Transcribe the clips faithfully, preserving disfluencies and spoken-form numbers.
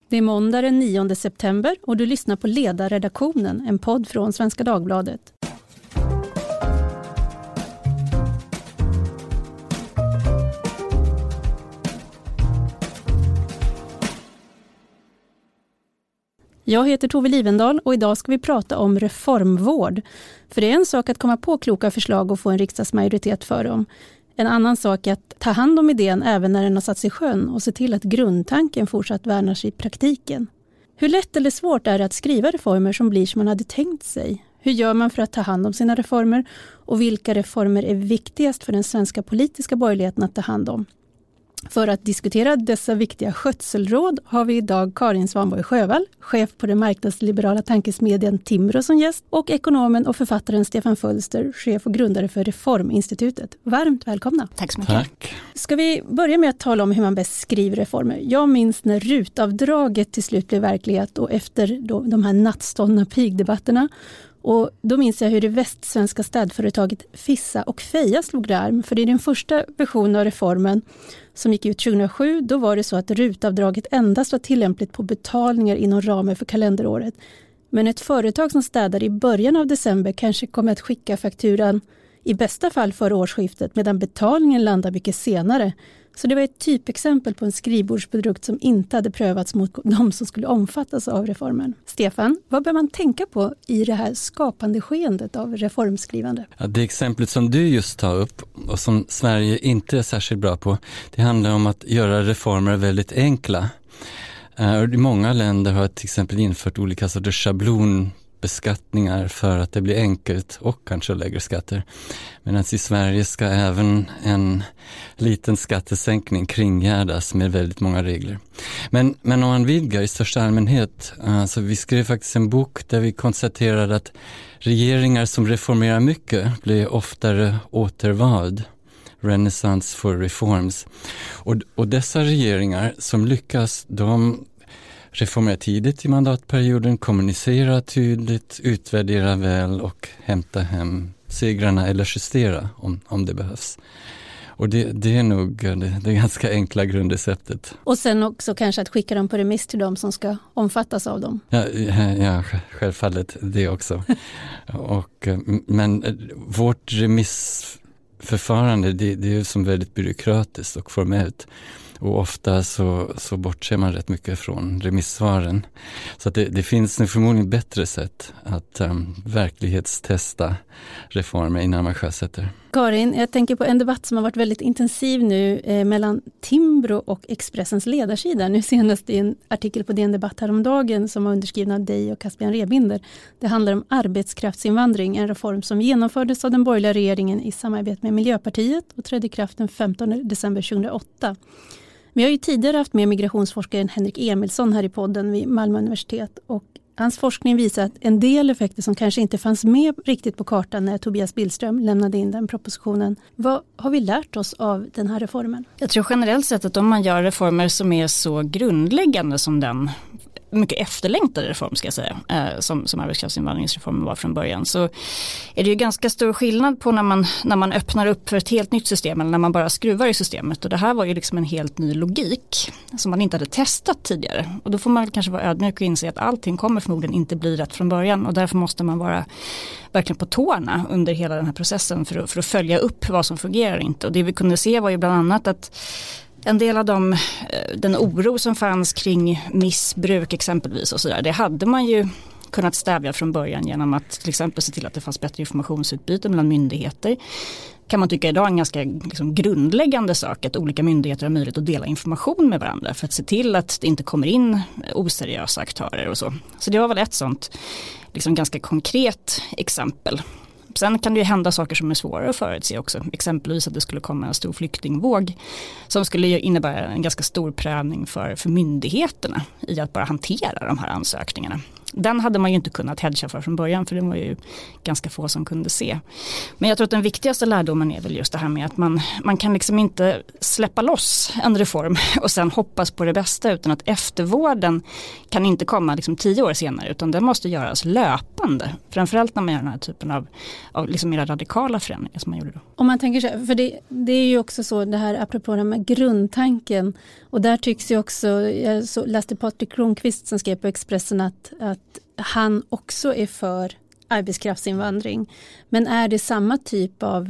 Det är måndag den nionde september och du lyssnar på Ledarredaktionen, en podd från Svenska Dagbladet. Jag heter Tove Livendal och idag ska vi prata om reformvård. För det är en sak att komma på kloka förslag och få en riksdagsmajoritet för dem. En annan sak är att ta hand om idén även när den har satt sig i sjön och se till att grundtanken fortsatt värnas i praktiken. Hur lätt eller svårt är det att skriva reformer som blir som man hade tänkt sig? Hur gör man för att ta hand om sina reformer? Och vilka reformer är viktigast för den svenska politiska borgerligheten att ta hand om? För att diskutera dessa viktiga skötselråd har vi idag Karin Svanborg Sjövall, chef på den marknadsliberala tankesmedjan Timbro som gäst, och ekonomen och författaren Stefan Fölster, chef och grundare för Reforminstitutet. Varmt välkomna. Tack så mycket. Tack. Ska vi börja med att tala om hur man bäst skriver reformer? Jag minns när rutavdraget till slut blev verklighet och efter då, de här nattståndna pigdebatterna. Och då minns jag hur det västsvenska städföretaget Fissa och Feja slog larm. För i den första versionen av reformen som gick ut tjugohundrasju, då var det så att rutavdraget endast var tillämpligt på betalningar inom ramen för kalenderåret. Men ett företag som städar i början av december kanske kommer att skicka fakturan i bästa fall före årsskiftet, medan betalningen landar mycket senare. Så det var ett typexempel på en skrivbordsprodukt som inte hade prövats mot de som skulle omfattas av reformen. Stefan, vad bör man tänka på i det här skapande skeendet av reformskrivande? Ja, det exemplet som du just tar upp och som Sverige inte är särskilt bra på, det handlar om att göra reformer väldigt enkla. I många länder har till exempel infört olika sorters schablonbeskattningar för att det blir enkelt och kanske lägre skatter. Medan i Sverige ska även en liten skattesänkning kringgärdas med väldigt många regler. Men, men om man vidgar i största allmänhet, alltså vi skrev faktiskt en bok där vi konstaterade att regeringar som reformerar mycket blir oftare återvald. Renaissance for reforms. Och, och dessa regeringar som lyckas, de reformerar tidigt i mandatperioden, kommunicerar tydligt, utvärderar väl och hämtar hem segrarna eller justera om, om det behövs. Och det, det är nog det, det ganska enkla grundreceptet. Och sen också kanske att skicka dem på remiss till dem som ska omfattas av dem. Ja, ja självfallet det också. och, men vårt remissförfarande det, det är som väldigt byråkratiskt och formellt. Och ofta så, så bortser man rätt mycket från remissvaren. Så att det, det finns nu förmodligen bättre sätt att um, verklighetstesta reformer innan man sjösätter. Karin, jag tänker på en debatt som har varit väldigt intensiv nu eh, mellan Timbro och Expressens ledarsida. Nu senast i en artikel på D N Debatt häromdagen som var underskriven av dig och Caspian Rebinder. Det handlar om arbetskraftsinvandring, en reform som genomfördes av den borgerliga regeringen i samarbete med Miljöpartiet och trädde i kraft den femtonde december tjugohundraåtta. Vi har ju tidigare haft med migrationsforskaren Henrik Emilsson här i podden vid Malmö universitet och hans forskning visar att en del effekter som kanske inte fanns med riktigt på kartan när Tobias Billström lämnade in den propositionen. Vad har vi lärt oss av den här reformen? Jag tror generellt sett att om man gör reformer som är så grundläggande som den mycket efterlängtade reform ska jag säga, eh, som, som arbetskraftsinvandringsreformen var från början, så är det ju ganska stor skillnad på när man, när man öppnar upp för ett helt nytt system eller när man bara skruvar i systemet. Och det här var ju liksom en helt ny logik som man inte hade testat tidigare. Och då får man kanske vara ödmjuk och inse att allting kommer förmodligen inte bli rätt från början och därför måste man vara verkligen på tårna under hela den här processen för att, för att följa upp vad som fungerar inte. Och det vi kunde se var ju bland annat att en del av dem, den oro som fanns kring missbruk exempelvis och sådär, det hade man ju kunnat stävja från början genom att till exempel se till att det fanns bättre informationsutbyte mellan myndigheter. Kan man tycka idag är en ganska liksom, grundläggande sak att olika myndigheter har möjlighet att dela information med varandra för att se till att det inte kommer in oseriösa aktörer och så. Så det var väl ett sånt liksom, ganska konkret exempel. Sen kan det ju hända saker som är svårare att förutse också. Exempelvis att det skulle komma en stor flyktingvåg som skulle innebära en ganska stor prövning för, för myndigheterna i att bara hantera de här ansökningarna. Den hade man ju inte kunnat hedga för från början, för det var ju ganska få som kunde se. Men jag tror att den viktigaste lärdomen är väl just det här med att man, man kan liksom inte släppa loss en reform och sen hoppas på det bästa, utan att eftervården kan inte komma liksom tio år senare, utan den måste göras löpande. Framförallt när man gör den här typen av, av liksom mer radikala förändringar som man gjorde då. Om man tänker så, för det, det är ju också så det här apropå det med grundtanken, och där tycks ju också, jag så, läste Patrik Kronqvist som skrev på Expressen att, att han också är för arbetskraftsinvandring. Men är det samma typ av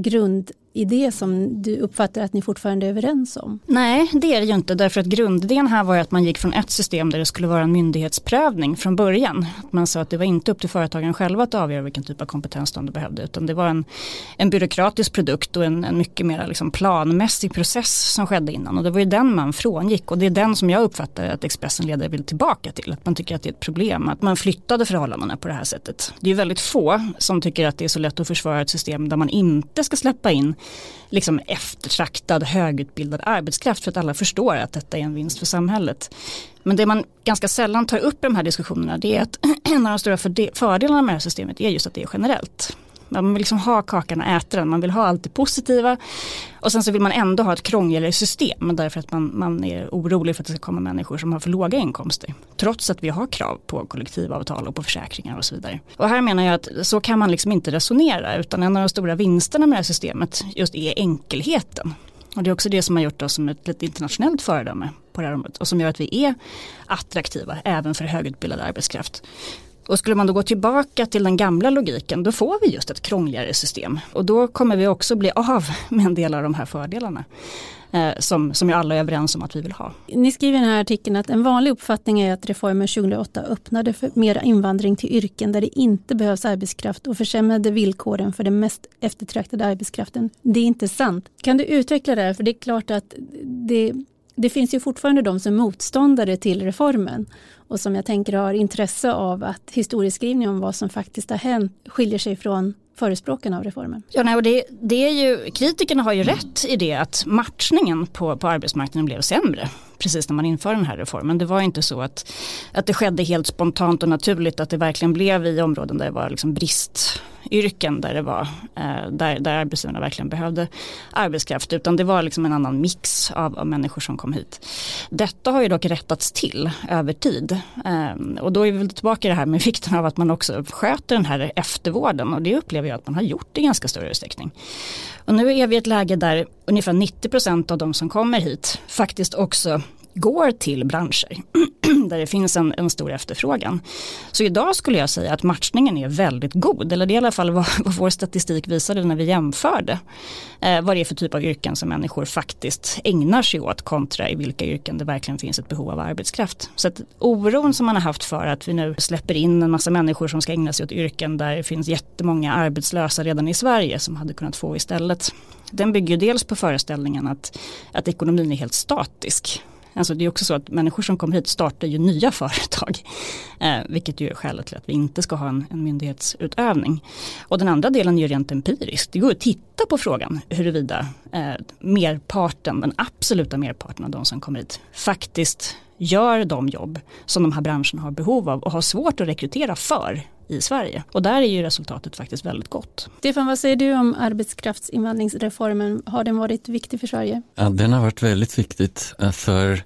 grundidé som du uppfattar att ni fortfarande är överens om? Nej, det är det ju inte, därför att grundidén här var att man gick från ett system där det skulle vara en myndighetsprövning från början. Man sa att det var inte upp till företagen själva att avgöra vilken typ av kompetens de behövde, utan det var en, en byråkratisk produkt och en, en mycket mer liksom planmässig process som skedde innan, och det var ju den man frångick, och det är den som jag uppfattar att Expressen-ledare vill tillbaka till, att man tycker att det är ett problem att man flyttade förhållandena på det här sättet. Det är ju väldigt få som tycker att det är så lätt att försvara ett system där man inte ska släppa in liksom eftertraktad, högutbildad arbetskraft, för att alla förstår att detta är en vinst för samhället. Men det man ganska sällan tar upp i de här diskussionerna, det är att en av de stora fördelarna med det här systemet är just att det är generellt. Man vill liksom ha kakan och äta den, man vill ha allt det positiva, och sen så vill man ändå ha ett krångligare system därför att man, man är orolig för att det ska komma människor som har för låga inkomster, trots att vi har krav på kollektivavtal och på försäkringar och så vidare. Och här menar jag att så kan man liksom inte resonera, utan en av de stora vinsterna med det här systemet just är enkelheten. Och det är också det som har gjort oss som ett lite internationellt föredöme på det här området, och som gör att vi är attraktiva även för högutbildad arbetskraft. Och skulle man då gå tillbaka till den gamla logiken, då får vi just ett krångligare system. Och då kommer vi också bli av med en del av de här fördelarna eh, som, som ju alla är överens om att vi vill ha. Ni skriver i den här artikeln att en vanlig uppfattning är att reformen tjugohundraåtta öppnade för mer invandring till yrken där det inte behövs arbetskraft och försämrade villkoren för den mest eftertraktade arbetskraften. Det är inte sant. Kan du utveckla det här? För det är klart att det... Det finns ju fortfarande de som är motståndare till reformen och som jag tänker har intresse av att historieskrivning om vad som faktiskt har hänt skiljer sig från förespråkarna av reformen. Ja, nej, och det, det är ju, kritikerna har ju rätt i det att matchningen på, på arbetsmarknaden blev sämre precis när man inför den här reformen. Det var inte så att, att det skedde helt spontant och naturligt, att det verkligen blev i områden där det var liksom bristyrken, där det var eh, där, där arbetsgivarna verkligen behövde arbetskraft, utan det var liksom en annan mix av, av människor som kom hit. Detta har ju dock rättats till över tid, eh, och då är vi väl tillbaka i det här med vikten av att man också sköter den här eftervården, och det upplever jag att man har gjort i ganska större utsträckning. Och nu är vi i ett läge där ungefär nittio procent av de som kommer hit faktiskt också går till branscher där det finns en, en stor efterfrågan. Så idag skulle jag säga att matchningen är väldigt god, eller det är i alla fall vad, vad vår statistik visade när vi jämförde eh, vad det är för typ av yrken som människor faktiskt ägnar sig åt kontra i vilka yrken det verkligen finns ett behov av arbetskraft. Så att oron som man har haft för att vi nu släpper in en massa människor som ska ägna sig åt yrken där det finns jättemånga arbetslösa redan i Sverige som hade kunnat få istället, den bygger dels på föreställningen att, att ekonomin är helt statisk. Alltså det är också så att människor som kommer hit startar ju nya företag, eh, vilket ju är skälet till att vi inte ska ha en, en myndighetsutövning. Och den andra delen är ju rent empirisk. Det går att titta på frågan huruvida eh, merparten, den absoluta merparten av de som kommer hit faktiskt gör de jobb som de här branscherna har behov av och har svårt att rekrytera för i Sverige. Och där är ju resultatet faktiskt väldigt gott. Stefan, vad säger du om arbetskraftsinvandringsreformen? Har den varit viktig för Sverige? Ja, den har varit väldigt viktigt för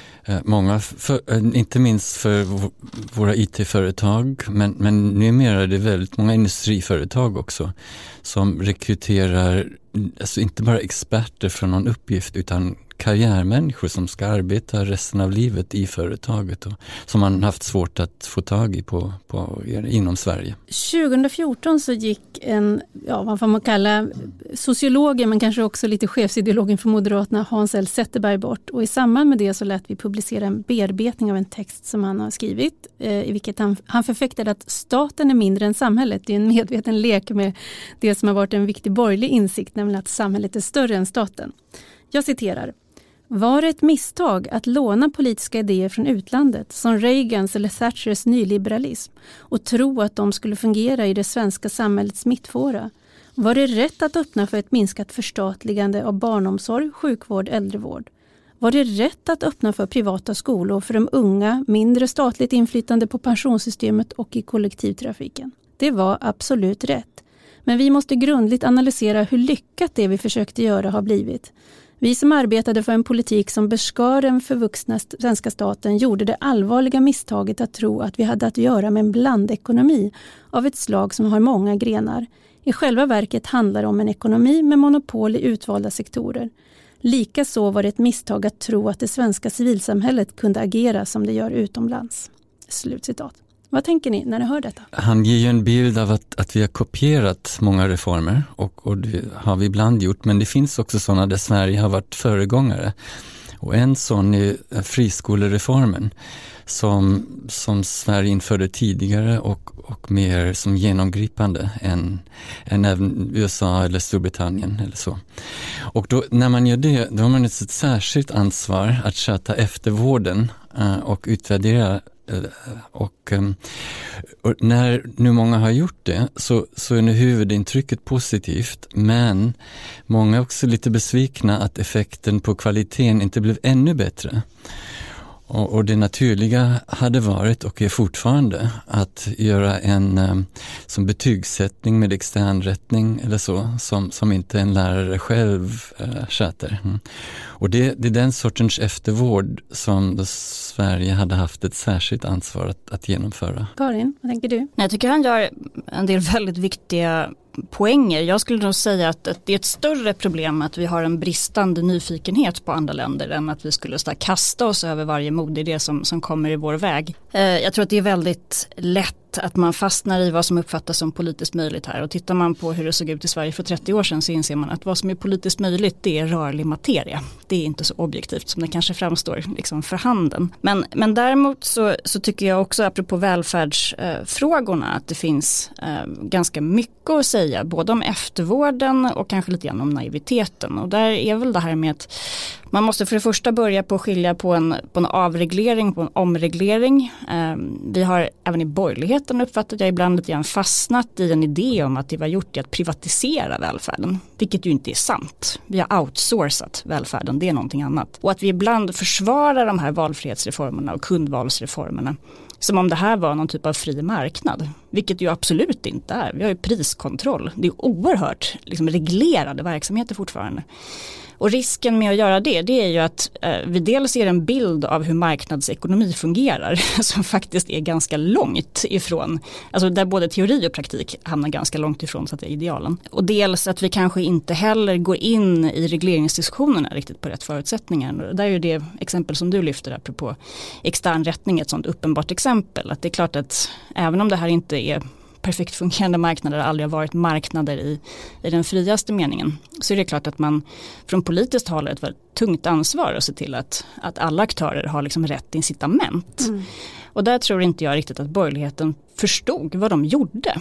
många, för, inte minst för våra I T-företag, men, men numera är det väldigt många industriföretag också som rekryterar alltså inte bara experter från någon uppgift utan karriärmänniskor som ska arbeta resten av livet i företaget och som man haft svårt att få tag i på, på, inom Sverige. tjugohundrafjorton så gick en, ja, vad får man kalla sociologen men kanske också lite chefsideologen för Moderaterna, Hans L. Zetterberg, bort, och i samband med det så lät vi publicera en bearbetning av en text som han har skrivit eh, i vilket han, han förfäktade att staten är mindre än samhället. Det är en medveten lek med det som har varit en viktig borgerlig insikt, nämligen att samhället är större än staten. Jag citerar: var det ett misstag att låna politiska idéer från utlandet som Reagans eller Thatchers nyliberalism och tro att de skulle fungera i det svenska samhällets mittfåra? Var det rätt att öppna för ett minskat förstatligande av barnomsorg, sjukvård, äldrevård? Var det rätt att öppna för privata skolor för de unga, mindre statligt inflytande på pensionssystemet och i kollektivtrafiken? Det var absolut rätt. Men vi måste grundligt analysera hur lyckat det vi försökte göra har blivit. Vi som arbetade för en politik som beskar den förvuxna svenska staten gjorde det allvarliga misstaget att tro att vi hade att göra med en blandekonomi av ett slag som har många grenar. I själva verket handlar det om en ekonomi med monopol i utvalda sektorer. Likaså var det ett misstag att tro att det svenska civilsamhället kunde agera som det gör utomlands. Slutcitat. Vad tänker ni när ni hör detta? Han ger ju en bild av att, att vi har kopierat många reformer och, och det har vi ibland gjort, men det finns också sådana där Sverige har varit föregångare. Och en sån är friskolereformen som, som Sverige införde tidigare och, och mer som genomgripande än, än även U S A eller Storbritannien eller så. Och då, när man gör det, då har man ett särskilt ansvar att sköta eftervården uh, och utvärdera. Och, och när nu många har gjort det så, så är nu huvudintrycket positivt, men många är också lite besvikna att effekten på kvaliteten inte blev ännu bättre. Och, och det naturliga hade varit och är fortfarande att göra en um, som betygssättning med externrättning eller så som, som inte en lärare själv uh, sköter. Mm. Och det, det är den sortens eftervård som Sverige hade haft ett särskilt ansvar att, att genomföra. Karin, vad tänker du? Jag tycker han gör en del väldigt viktiga poänger. Jag skulle nog säga att, att det är ett större problem att vi har en bristande nyfikenhet på andra länder än att vi skulle så kasta oss över varje modeidé som, som kommer i vår väg. Eh, jag tror att det är väldigt lätt att man fastnar i vad som uppfattas som politiskt möjligt här. Och tittar man på hur det såg ut i Sverige för trettio år sedan så inser man att vad som är politiskt möjligt det är rörlig materia. Det är inte så objektivt som det kanske framstår liksom för handen. Men, men däremot så, så tycker jag också apropå välfärdsfrågorna att det finns eh, ganska mycket att säga både om eftervården och kanske lite grann om naiviteten. Och där är väl det här med att man måste för det första börja på att skilja på en, på en avreglering, på en omreglering. Eh, vi har även i borgerligheten uppfattat jag ibland lite grann fastnat i en idé om att det var gjort i att privatisera välfärden. Vilket ju inte är sant. Vi har outsourcat välfärden, det är någonting annat. Och att vi ibland försvarar de här valfrihetsreformerna och kundvalsreformerna som om det här var någon typ av fri marknad. Vilket ju absolut inte är. Vi har ju priskontroll. Det är oerhört liksom, reglerade verksamheter fortfarande. Och risken med att göra det, det är ju att eh, vi dels ser en bild av hur marknadsekonomi fungerar som faktiskt är ganska långt ifrån, alltså där både teori och praktik hamnar ganska långt ifrån så att det är idealen. Och dels att vi kanske inte heller går in i regleringsdiskussionerna riktigt på rätt förutsättningar. Och där är ju det exempel som du lyfter apropå externrättning ett sånt uppenbart exempel. Att det är klart att även om det här inte är perfekt fungerande marknader aldrig har varit marknader i, i den friaste meningen så är det klart att man från politiskt håll har ett väldigt tungt ansvar att se till att, att alla aktörer har liksom rätt incitament. Mm. Och där tror inte jag riktigt att borgerligheten förstod vad de gjorde.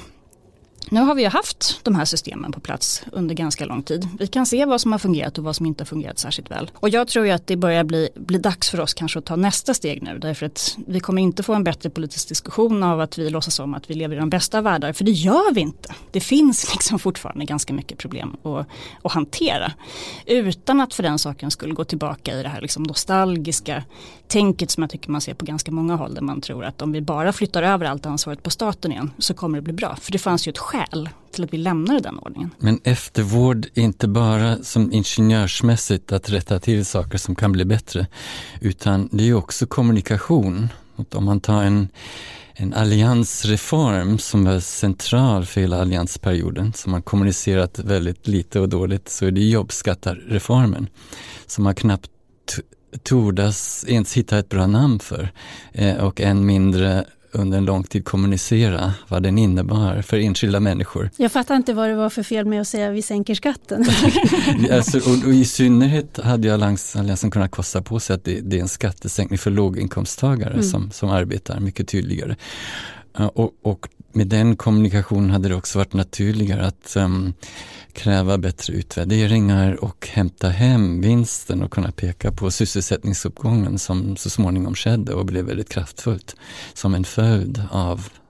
Nu har vi ju haft de här systemen på plats under ganska lång tid. Vi kan se vad som har fungerat och vad som inte har fungerat särskilt väl. Och jag tror ju att det börjar bli, bli dags för oss kanske att ta nästa steg nu. Därför att vi kommer inte få en bättre politisk diskussion av att vi låtsas om att vi lever i de bästa världar. För det gör vi inte. Det finns liksom fortfarande ganska mycket problem att, att hantera. Utan att för den saken skulle gå tillbaka i det här liksom nostalgiska tänket som jag tycker man ser på ganska många håll. Där man tror att om vi bara flyttar över allt ansvaret på staten igen så kommer det bli bra. För det fanns ju ett skäl till att vi lämnar den ordningen. Men eftervård är inte bara som ingenjörsmässigt att rätta till saker som kan bli bättre, utan det är också kommunikation. Om man tar en, en alliansreform som är central för hela alliansperioden, som har kommunicerat väldigt lite och dåligt, så är det jobbskattarreformen som man knappt tordas ens hitta ett bra namn för eh, och än mindre under en lång tid kommunicera vad den innebar för enskilda människor. Jag fattar inte vad det var för fel med att säga att vi sänker skatten. alltså, och, och i synnerhet hade jag alliansen kunnat kosta på sig att det, det är en skattesänkning för låginkomsttagare mm. som, som arbetar mycket tydligare. Och, och med den kommunikationen hade det också varit naturligare att um, kräva bättre utvärderingar och hämta hem vinsten och kunna peka på sysselsättningsuppgången som så småningom skedde och blev väldigt kraftfullt som en följd av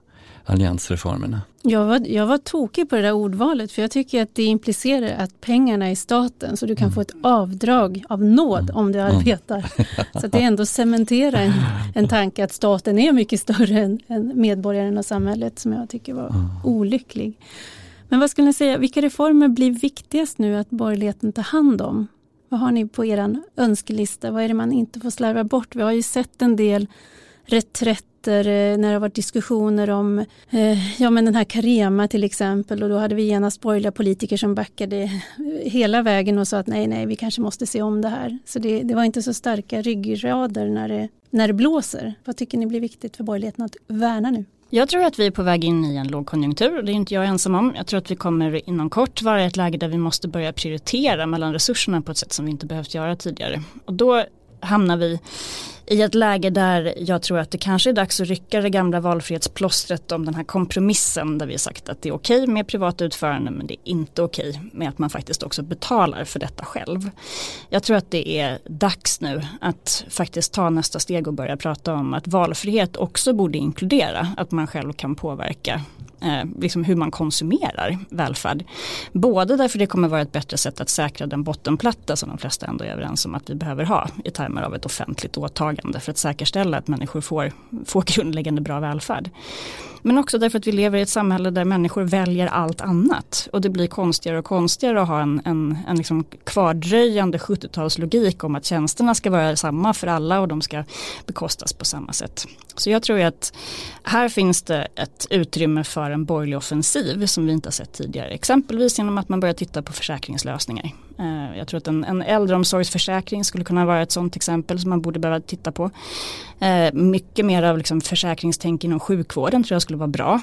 alliansreformerna. Jag var, jag var tokig på det där ordvalet, för jag tycker att det implicerar att pengarna är staten, så du kan mm. få ett avdrag av nåd mm. om du arbetar. Mm. Så att det ändå cementerar en, en tanke att staten är mycket större än, än medborgaren och samhället, som jag tycker var mm. olycklig. Men vad skulle ni säga, vilka reformer blir viktigast nu att borgerligheten tar hand om? Vad har ni på er önskelista? Vad är det man inte får slarva bort? Vi har ju sett en del reträtter när det har varit diskussioner om eh, ja, men den här Carema till exempel, och då hade vi genast borgerliga politiker som backade hela vägen och sa att nej, nej, vi kanske måste se om det här. Så det, det var inte så starka ryggrader när det, när det blåser. Vad tycker ni blir viktigt för borgerligheten att värna nu? Jag tror att vi är på väg in i en lågkonjunktur, och det är inte jag ensam om. Jag tror att vi kommer inom kort vara i ett läge där vi måste börja prioritera mellan resurserna på ett sätt som vi inte behövt göra tidigare. Och då hamnar vi i ett läge där jag tror att det kanske är dags att rycka det gamla valfrihetsplåstret om den här kompromissen, där vi har sagt att det är okej med privat utförande, men det är inte okej med att man faktiskt också betalar för detta själv. Jag tror att det är dags nu att faktiskt ta nästa steg och börja prata om att valfrihet också borde inkludera att man själv kan påverka Eh, liksom hur man konsumerar välfärd. Både därför det kommer vara ett bättre sätt att säkra den bottenplatta som de flesta ändå är överens om att vi behöver ha i termer av ett offentligt åtagande för att säkerställa att människor får, får grundläggande bra välfärd. Men också därför att vi lever i ett samhälle där människor väljer allt annat, och det blir konstigare och konstigare att ha en, en, en liksom kvardröjande sjuttiotalslogik om att tjänsterna ska vara samma för alla och de ska bekostas på samma sätt. Så jag tror att här finns det ett utrymme för en borgerlig offensiv som vi inte har sett tidigare. Exempelvis genom att man börjar titta på försäkringslösningar. Jag tror att en, en äldreomsorgsförsäkring skulle kunna vara ett sådant exempel som man borde behöva titta på. Mycket mer av liksom försäkringstänk inom sjukvården tror jag skulle vara bra.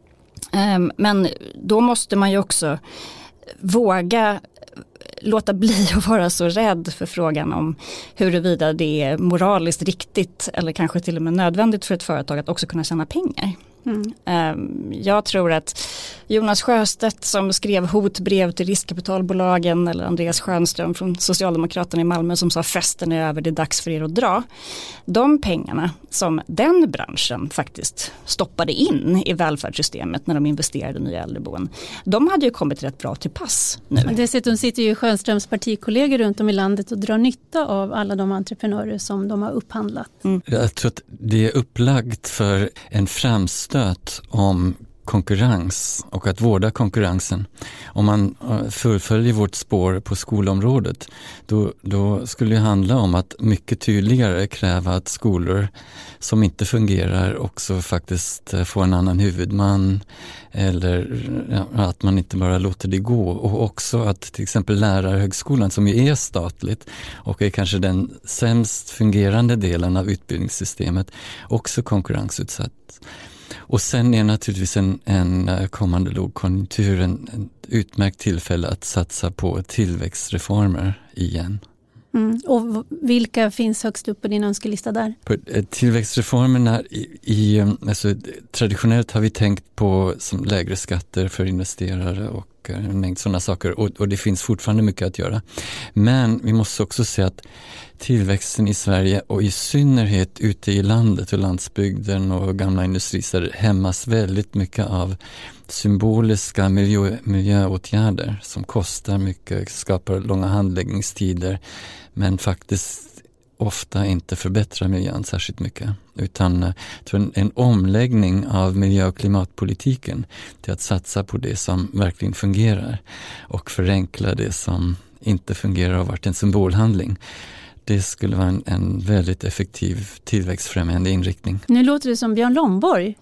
Men då måste man ju också våga låta bli att vara så rädd för frågan om huruvida det är moraliskt riktigt eller kanske till och med nödvändigt för ett företag att också kunna tjäna pengar. Mm. Jag tror att Jonas Sjöstedt som skrev hotbrev till riskkapitalbolagen, eller Andreas Schönström från Socialdemokraterna i Malmö som sa festen är över, det är dags för er att dra. De pengarna som den branschen faktiskt stoppade in i välfärdssystemet när de investerade i nya äldreboen, de hade ju kommit rätt bra till pass nu. Dessutom sitter ju Schönströms partikollegor runt om i landet och drar nytta av alla de entreprenörer som de har upphandlat. Mm. Jag tror att det är upplagt för en framstöt om konkurrens och att vårda konkurrensen. Om man fullföljer vårt spår på skolområdet, då, då skulle det handla om att mycket tydligare kräva att skolor som inte fungerar också faktiskt får en annan huvudman, eller ja, att man inte bara låter det gå. Och också att till exempel lärarhögskolan, som ju är statligt och är kanske den sämst fungerande delen av utbildningssystemet, också konkurrensutsatt. Och sen är naturligtvis en, en kommande lågkonjunktur en, en utmärkt tillfälle att satsa på tillväxtreformer igen. Mm. Och vilka finns högst upp på din önskelista där? På, eh, tillväxtreformerna i, i alltså, traditionellt har vi tänkt på som lägre skatter för investerare och en mängd sådana saker, och, och det finns fortfarande mycket att göra. Men vi måste också se att tillväxten i Sverige, och i synnerhet ute i landet och landsbygden och gamla industristäder, hämmas väldigt mycket av symboliska miljö, miljöåtgärder som kostar mycket, skapar långa handläggningstider, men faktiskt ofta inte förbättrar miljön särskilt mycket. Utan en, en omläggning av miljö- och klimatpolitiken till att satsa på det som verkligen fungerar och förenkla det som inte fungerar och har varit en symbolhandling. Det skulle vara en, en väldigt effektiv tillväxtfrämjande inriktning. Nu låter det som Björn Lomborg.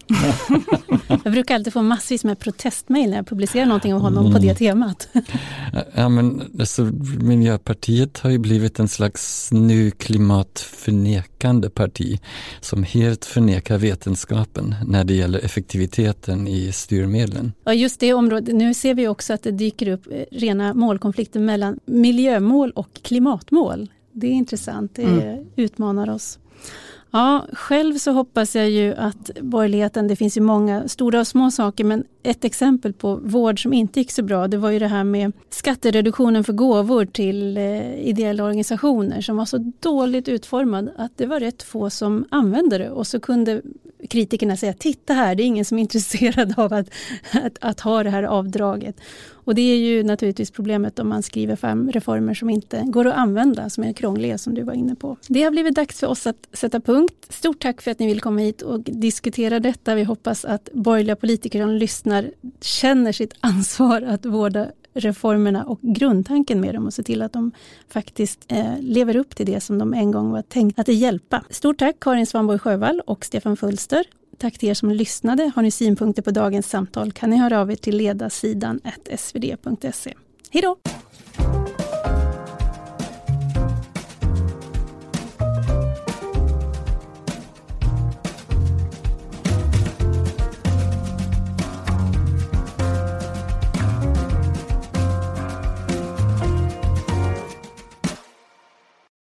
Jag brukar alltid få massvis med protestmejl när jag publicerar någonting om honom mm. på det temat. Ja, men alltså, Miljöpartiet har ju blivit en slags nu klimatförnekande parti som helt förnekar vetenskapen när det gäller effektiviteten i styrmedlen. Ja, just det området. Nu ser vi också att det dyker upp rena målkonflikter mellan miljömål och klimatmål. Det är intressant, det mm. utmanar oss. Ja, själv så hoppas jag ju att borgerligheten, det finns ju många stora och små saker, men ett exempel på vård som inte gick så bra, det var ju det här med skattereduktionen för gåvor till eh, ideella organisationer som var så dåligt utformad att det var rätt få som använde det, och så kunde kritikerna säga, titta här, det är ingen som är intresserad av att, att, att ha det här avdraget. Och det är ju naturligtvis problemet om man skriver fram reformer som inte går att använda, som är krångliga som du var inne på. Det har blivit dags för oss att sätta punkt. Stort tack för att ni vill komma hit och diskutera detta. Vi hoppas att borgerliga politiker som lyssnar känner sitt ansvar att vårda reformerna och grundtanken med dem och se till att de faktiskt eh, lever upp till det som de en gång var tänkt att hjälpa. Stort tack Karin Svanborg Sjövall och Stefan Fulster. Tack till er som lyssnade. Har ni synpunkter på dagens samtal kan ni höra av er till ledarsidan at s v d punkt se. Hej då!